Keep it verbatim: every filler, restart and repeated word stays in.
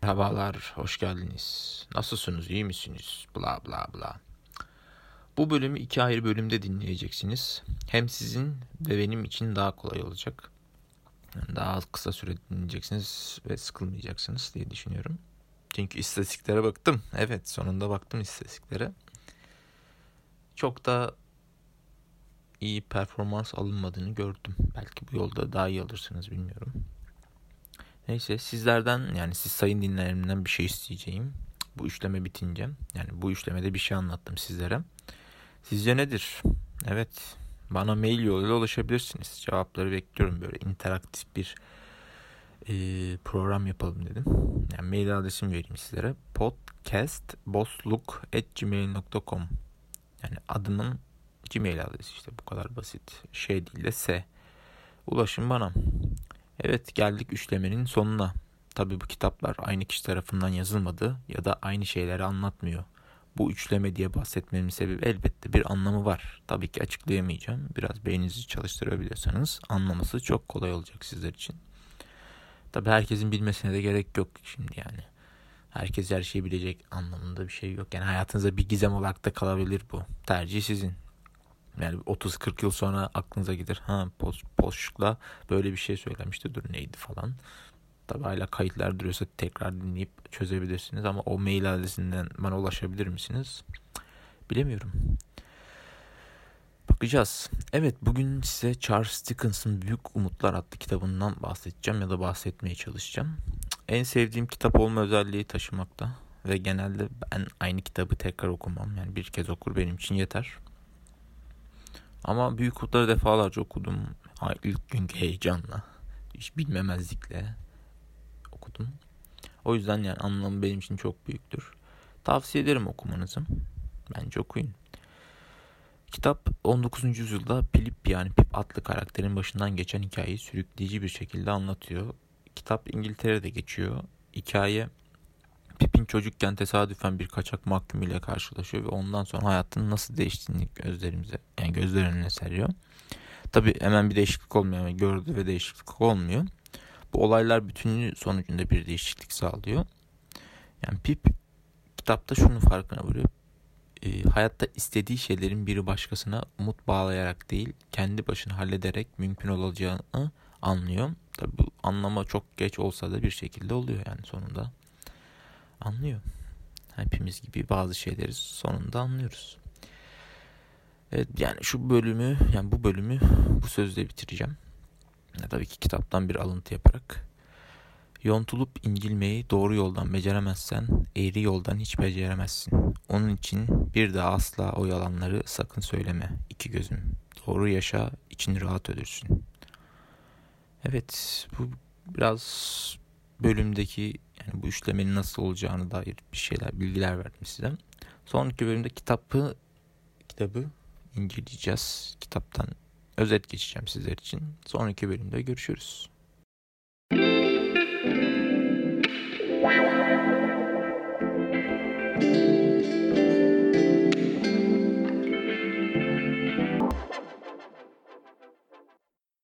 Merhabalar, hoş geldiniz. Nasılsınız, iyi misiniz? Bla bla bla. Bu bölümü iki ayrı bölümde dinleyeceksiniz. Hem sizin ve benim için daha kolay olacak. Yani daha az kısa süre dinleyeceksiniz ve sıkılmayacaksınız diye düşünüyorum. Çünkü istatistiklere baktım. Evet, sonunda baktım istatistiklere. Çok da iyi performans alınmadığını gördüm. Belki bu yolda daha iyi alırsınız, bilmiyorum. Neyse, sizlerden yani siz sayın dinleyenlerimden bir şey isteyeceğim. Bu üçleme bitince, yani bu üçlemede bir şey anlattım sizlere. Sizce nedir? Evet, bana mail yoluyla ulaşabilirsiniz. Cevapları bekliyorum, böyle interaktif bir e, program yapalım dedim. Yani mail adresimi vereyim sizlere. podcastbosluk at gmail nokta com. Yani adımın Gmail adresi, işte bu kadar basit. Şey değil de S. Ulaşın bana. Evet, geldik üçlemenin sonuna. Tabii bu kitaplar aynı kişi tarafından yazılmadı ya da aynı şeyleri anlatmıyor. Bu üçleme diye bahsetmemin sebebi elbette bir anlamı var. Tabii ki açıklayamayacağım. Biraz beyninizi çalıştırabiliyorsanız anlaması çok kolay olacak sizler için. Tabii herkesin bilmesine de gerek yok şimdi yani. Herkes her şeyi bilecek anlamında bir şey yok. Yani hayatınıza bir gizem olarak da kalabilir bu. Tercih sizin. Yani otuz kırk yıl sonra aklınıza gelir. Ha, Boşluk'la böyle bir şey söylemişti. Dur neydi falan. Tabii hala kayıtlar duruyorsa tekrar dinleyip çözebilirsiniz. Ama o mail adresinden bana ulaşabilir misiniz? Bilemiyorum. Bakacağız. Evet, bugün size Charles Dickens'ın Büyük Umutlar adlı kitabından bahsedeceğim ya da bahsetmeye çalışacağım. En sevdiğim kitap olma özelliği taşımakta. Ve genelde ben aynı kitabı tekrar okumam. Yani bir kez okur, benim için yeter. Ama Büyük Umutları defalarca okudum. İlk günkü heyecanla, hiç bilmemezlikle okudum. O yüzden yani anlamı benim için çok büyüktür. Tavsiye ederim okumanızı. Bence okuyun. Kitap on dokuzuncu yüzyılda Pip yani Pip adlı karakterin başından geçen hikayeyi sürükleyici bir şekilde anlatıyor. Kitap İngiltere'de geçiyor. Hikaye Pip'in çocukken tesadüfen bir kaçak mahkum ile karşılaşıyor ve ondan sonra hayatının nasıl değiştiğini gözlerimize, yani gözler önüne seriyor. Tabii hemen bir değişiklik olmuyor, yani gördü ve değişiklik olmuyor. Bu olaylar bütünlüğü sonucunda bir değişiklik sağlıyor. Yani Pip kitapta şunun farkına varıyor. E, hayatta istediği şeylerin biri başkasına umut bağlayarak değil, kendi başına hallederek mümkün olacağını anlıyor. Tabii bu anlama çok geç olsa da bir şekilde oluyor, yani sonunda anlıyor. Hepimiz gibi bazı şeyleri sonunda anlıyoruz. Evet, yani şu bölümü, yani bu bölümü bu sözle bitireceğim. Ya, tabii ki kitaptan bir alıntı yaparak. Yontulup incilmeyi doğru yoldan beceremezsen eğri yoldan hiç beceremezsin. Onun için bir daha asla o yalanları sakın söyleme iki gözüm. Doğru yaşa, için rahat ölürsün. Evet, bu biraz bölümdeki, yani bu üçlemenin nasıl olacağını dair bir şeyler, bilgiler verdim size. Sonraki bölümde kitabı kitabı inceleyeceğiz. Kitaptan özet geçeceğim sizler için. Sonraki bölümde görüşürüz.